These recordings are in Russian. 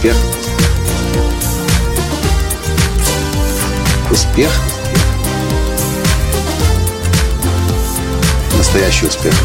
Успех. Успех. Настоящий успех.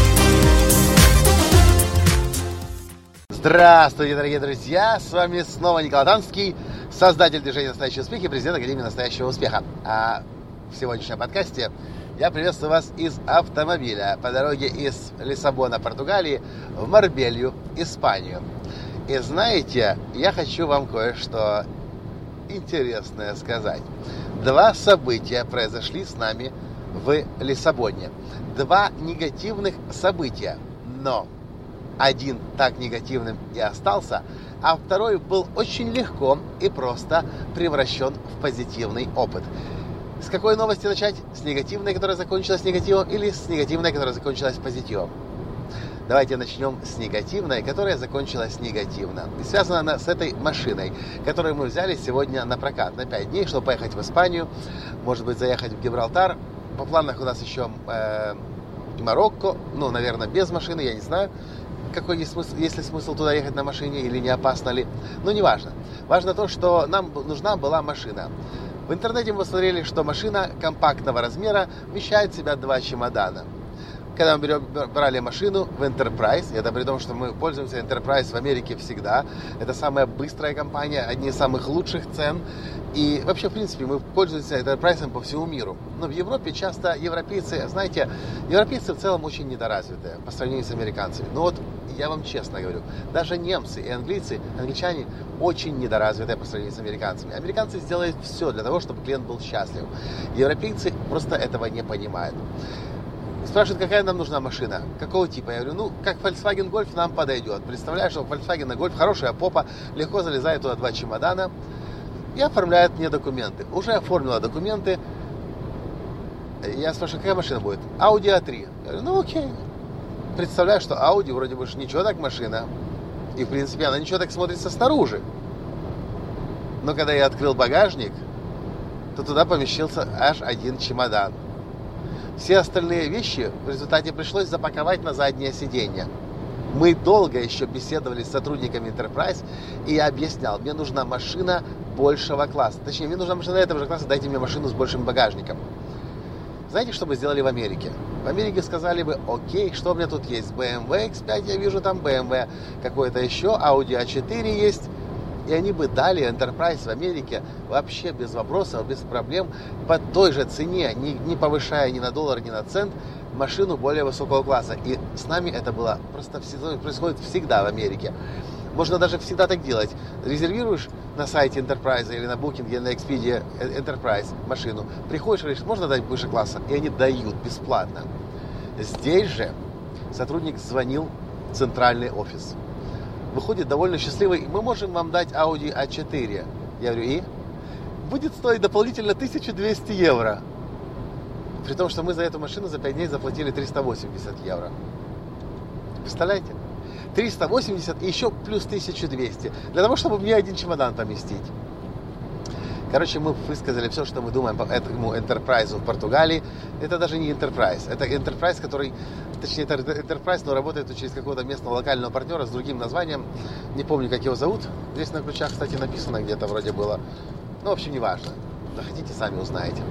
Здравствуйте, дорогие друзья! С вами снова Николай Танский, создатель движения «Настоящий успех» и президент Академии «Настоящего успеха». А в сегодняшнем подкасте я приветствую вас из автомобиля по дороге из Лиссабона, Португалии, в Марбелью, Испанию. И знаете, я хочу вам кое-что интересное сказать. Два события произошли с нами в Лиссабоне. Два негативных события, но один так негативным и остался, а второй был очень легко и просто превращен в позитивный опыт. С какой новости начать? С негативной, которая закончилась негативом, или с негативной, которая закончилась позитивом? Давайте начнем с негативной, которая закончилась негативно. И связана она с этой машиной, которую мы взяли сегодня на прокат на 5 дней, чтобы поехать в Испанию, может быть, заехать в Гибралтар. По планах у нас еще Марокко, наверное, без машины, я не знаю, какой есть ли смысл туда ехать на машине или не опасно ли. Но не важно. Важно то, что нам нужна была машина. В интернете мы посмотрели, что машина компактного размера вмещает в себя 2 чемодана. Когда мы брали машину в Enterprise, это при том, что мы пользуемся Enterprise в Америке всегда, это самая быстрая компания, одни из самых лучших цен, и вообще, в принципе, мы пользуемся Enterprise по всему миру. Но в Европе часто европейцы, знаете, европейцы в целом очень недоразвитые по сравнению с американцами. Я вам честно говорю, даже немцы и англичане очень недоразвитые по сравнению с американцами. Американцы сделают все для того, чтобы клиент был счастлив. Европейцы просто этого не понимают. Спрашивают, какая нам нужна машина, какого типа. Я говорю, как Volkswagen Golf нам подойдет. Представляешь, что у Volkswagen Golf хорошая попа, легко залезает туда 2 чемодана и оформляет мне документы. Уже оформила документы. Я спрашиваю, какая машина будет? Audi A3. Я говорю, окей. Представляю, что Audi вроде бы ничего так машина. И, в принципе, она ничего так смотрится снаружи. Но когда я открыл багажник, то туда помещился аж 1 чемодан. Все остальные вещи в результате пришлось запаковать на заднее сиденье. Мы долго еще беседовали с сотрудниками Enterprise, и я объяснял, мне нужна машина большего класса. Точнее, мне нужна машина этого же класса, дайте мне машину с большим багажником. Знаете, что бы сделали в Америке? В Америке сказали бы, окей, что у меня тут есть? BMW X5, я вижу там BMW, какой-то еще, Audi A4 есть. И они бы дали Enterprise в Америке вообще без вопросов, без проблем, по той же цене, не повышая ни на доллар, ни на цент, машину более высокого класса. И с нами это было просто происходит всегда в Америке. Можно даже всегда так делать. Резервируешь на сайте Enterprise или на Booking, или на Expedia Enterprise машину, приходишь и говоришь, можно дать выше класса? И они дают бесплатно. Здесь же сотрудник звонил в центральный офис. Выходит довольно счастливый, мы можем вам дать Audi A4. Я говорю, и? Будет стоить дополнительно 1200 евро. При том, что мы за эту машину за 5 дней заплатили 380 евро. Представляете? 380 и еще плюс 1200. Для того, чтобы мне 1 чемодан поместить. Короче, мы высказали все, что мы думаем по этому Enterprise в Португалии. Это даже не Enterprise. Это Enterprise, это Enterprise, но работает через какого-то местного локального партнера с другим названием. Не помню, как его зовут. Здесь на ключах, кстати, написано где-то вроде было. В общем, не важно. Захотите, сами узнаете.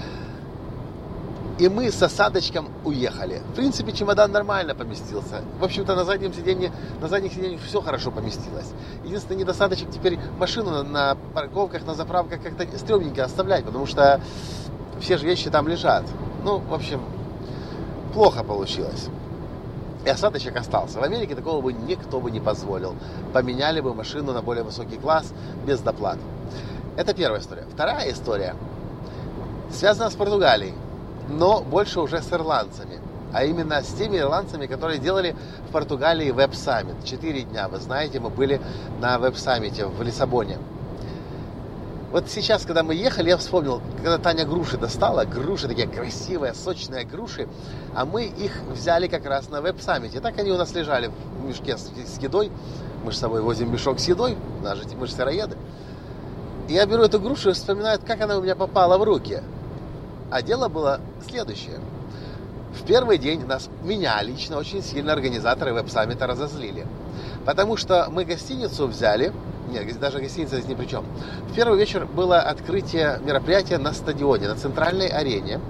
И мы с осадочком уехали. В принципе, чемодан нормально поместился. В общем-то, на задних сиденьях все хорошо поместилось. Единственный недостаточек теперь машину на парковках, на заправках как-то стрёмненько оставлять, потому что все же вещи там лежат. В общем, плохо получилось. И осадочек остался. В Америке такого бы никто бы не позволил. Поменяли бы машину на более высокий класс без доплат. Это первая история. Вторая история связана с Португалией, но больше уже с ирландцами. А именно с теми ирландцами, которые делали в Португалии веб-саммит. 4 дня, вы знаете, мы были на веб-саммите в Лиссабоне. Вот сейчас, когда мы ехали, я вспомнил, когда Таня груши достала, груши такие красивые, сочные груши, а мы их взяли как раз на веб-саммите. Так они у нас лежали в мешке с едой. Мы же с собой возим мешок с едой, мы же сыроеды. И я беру эту грушу и вспоминаю, как она у меня попала в руки. А дело было следующее. В первый день меня лично очень сильно организаторы веб-саммита разозлили. Потому что мы гостиницу взяли Нет, даже гостиница здесь ни при чем. В первый вечер было открытие мероприятия на стадионе, на центральной арене.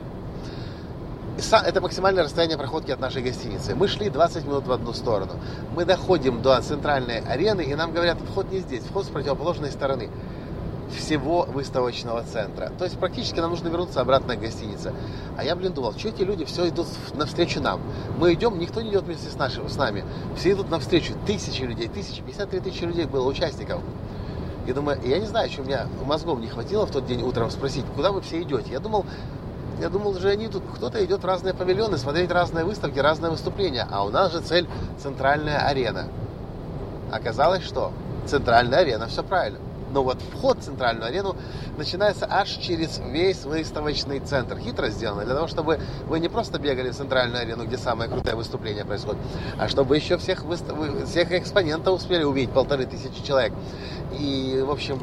Это максимальное расстояние проходки от нашей гостиницы. Мы шли 20 минут в одну сторону. Мы доходим до центральной арены, и нам говорят, вход не здесь, вход с противоположной стороны всего выставочного центра. То есть практически нам нужно вернуться обратно к гостинице. А я, думал, что эти люди все идут навстречу нам. Мы идем, никто не идет вместе с нами. Все идут навстречу. Тысячи людей, 53 тысячи людей было, участников. И думаю, я не знаю, что у меня мозгов не хватило в тот день утром спросить, куда вы все идете. Я думал, же они тут, кто-то идет в разные павильоны, смотреть разные выставки, разные выступления. А у нас же цель центральная арена. Оказалось, что центральная арена, все правильно. Но вот вход в центральную арену начинается аж через весь выставочный центр. Хитро сделано, для того, чтобы вы не просто бегали в центральную арену, где самое крутое выступление происходит, а чтобы еще всех экспонентов успели увидеть, 1500 человек. И, в общем,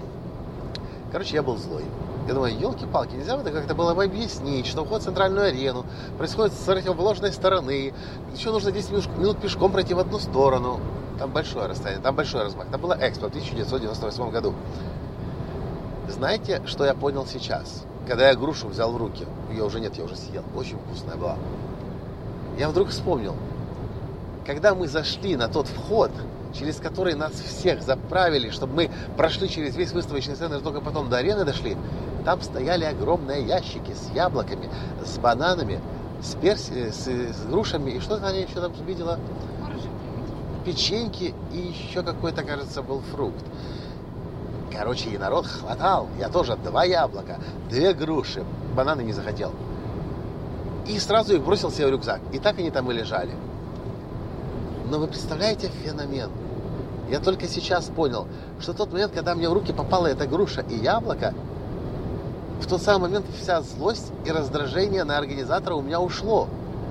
я был злой. Я думаю, елки-палки, нельзя это как-то было бы объяснить, что вход в центральную арену происходит с противоположной стороны. Еще нужно 10 минут пешком пройти в одну сторону. Там большое расстояние, там большой размах. Там была Экспо в 1998 году. Знаете, что я понял сейчас? Когда я грушу взял в руки. Ее уже нет, я уже съел. Очень вкусная была. Я вдруг вспомнил. Когда мы зашли на тот вход, через который нас всех заправили, чтобы мы прошли через весь выставочный центр, только потом до арены дошли, там стояли огромные ящики с яблоками, с бананами, с грушами. И что-то я еще там видела? Печеньки и еще какой-то, кажется, был фрукт. И народ хватал. Я тоже 2 яблока, 2 груши. Бананы не захотел. И сразу их бросил себе в рюкзак. И так они там и лежали. Но вы представляете феномен? Я только сейчас понял, что в тот момент, когда мне в руки попала эта груша и яблоко, в тот самый момент вся злость и раздражение на организатора у меня ушло.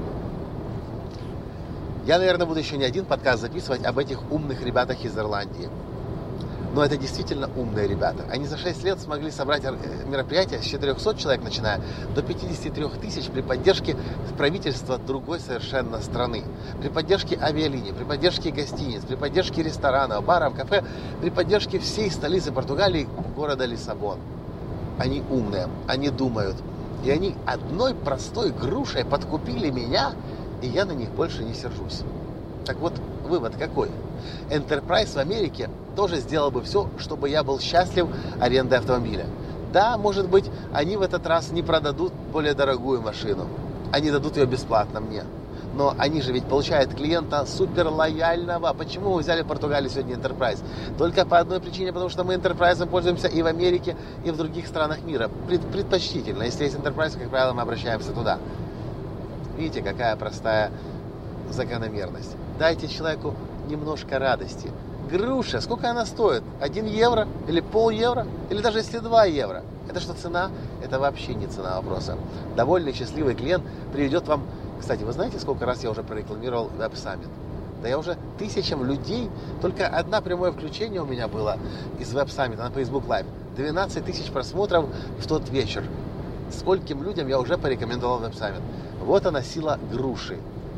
Я, наверное, буду еще не один подкаст записывать об этих умных ребятах из Ирландии. Но это действительно умные ребята. Они за 6 лет смогли собрать мероприятие с 400 человек, начиная до 53 тысяч при поддержке правительства другой совершенно страны. При поддержке авиалиний, при поддержке гостиниц, при поддержке ресторанов, баров, кафе, при поддержке всей столицы Португалии, города Лиссабон. Они умные, они думают. И они одной простой грушей подкупили меня, и я на них больше не сержусь. Так вот, вывод какой? Enterprise в Америке тоже сделал бы все, чтобы я был счастлив арендой автомобиля. Да, может быть, они в этот раз не продадут более дорогую машину. Они дадут ее бесплатно мне. Но они же ведь получают клиента супер лояльного. Почему мы взяли в Португалии сегодня Enterprise? Только по одной причине, потому что мы Enterprise пользуемся и в Америке, и в других странах мира. Предпочтительно. Если есть Enterprise, как правило, мы обращаемся туда. Видите, какая простая закономерность. Дайте человеку немножко радости. Груша, сколько она стоит? 1 евро? Или пол-евро? Или даже если 2 евро? Это что, цена? Это вообще не цена вопроса. Довольный, счастливый клиент приведет вам... Кстати, вы знаете, сколько раз я уже прорекламировал Web Summit? Да я уже тысячам людей... Только одно прямое включение у меня было из Web Summit на Facebook Live. 12 тысяч просмотров в тот вечер. Скольким людям я уже порекомендовал Web Summit. Вот она сила груши.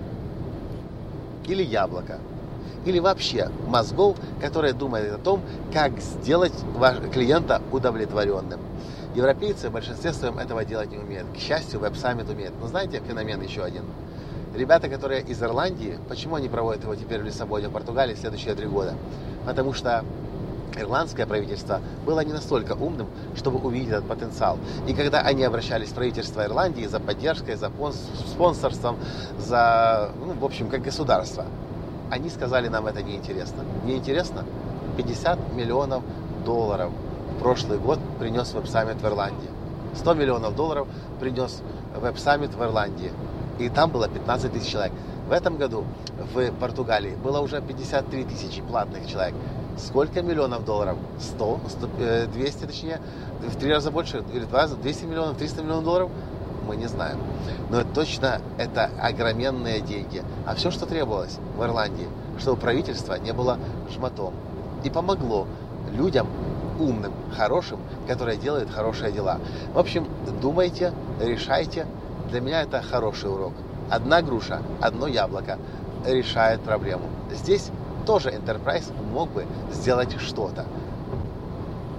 Или яблока. Или вообще мозгов, которые думают о том, как сделать вашего клиента удовлетворенным. Европейцы в большинстве своем этого делать не умеют. К счастью, Web Summit умеет. Но знаете, феномен еще один. Ребята, которые из Ирландии, почему они проводят его теперь в Лиссабоне, в Португалии, в следующие 3 года? Потому что ирландское правительство было не настолько умным, чтобы увидеть этот потенциал. И когда они обращались в правительство Ирландии за поддержкой, за спонсорством, за, в общем, как государство, они сказали, нам это неинтересно. Неинтересно? 50 миллионов долларов в прошлый год принес Web Summit в Ирландии. 100 миллионов долларов принес Web Summit в Ирландии. И там было 15 тысяч человек. В этом году в Португалии было уже 53 тысячи платных человек. Сколько миллионов долларов? 100, 200 точнее, в 3 раза больше, или 200 миллионов, 300 миллионов долларов? Мы не знаем. Но точно это огроменные деньги. А все, что требовалось в Ирландии, чтобы правительство не было жмотом. И помогло людям умным, хорошим, которые делают хорошие дела. В общем, думайте, решайте. Для меня это хороший урок. 1 груша, 1 яблоко решает проблему. Здесь тоже Enterprise мог бы сделать что-то.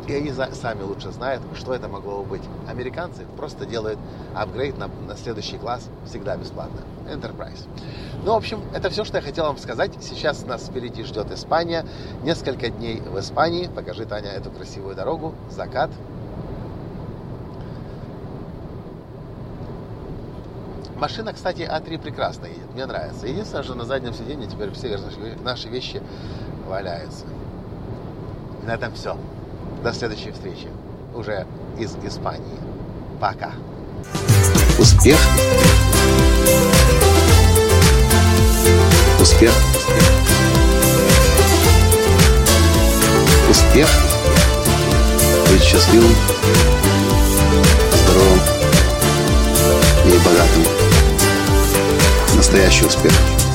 И они сами лучше знают, что это могло бы быть. Американцы просто делают апгрейд на следующий класс всегда бесплатно. Enterprise. Ну, в общем, это все, что я хотел вам сказать. Сейчас нас впереди ждет Испания. Несколько дней в Испании. Покажи, Таня, эту красивую дорогу. Закат. Машина, кстати, А3 прекрасно едет. Мне нравится. Единственное, что на заднем сиденье теперь все наши вещи валяются. На этом все. До следующей встречи. Уже из Испании. Пока. Успех. Успех. Успех. Быть счастливым, здоровым и богатым. Настоящий успех.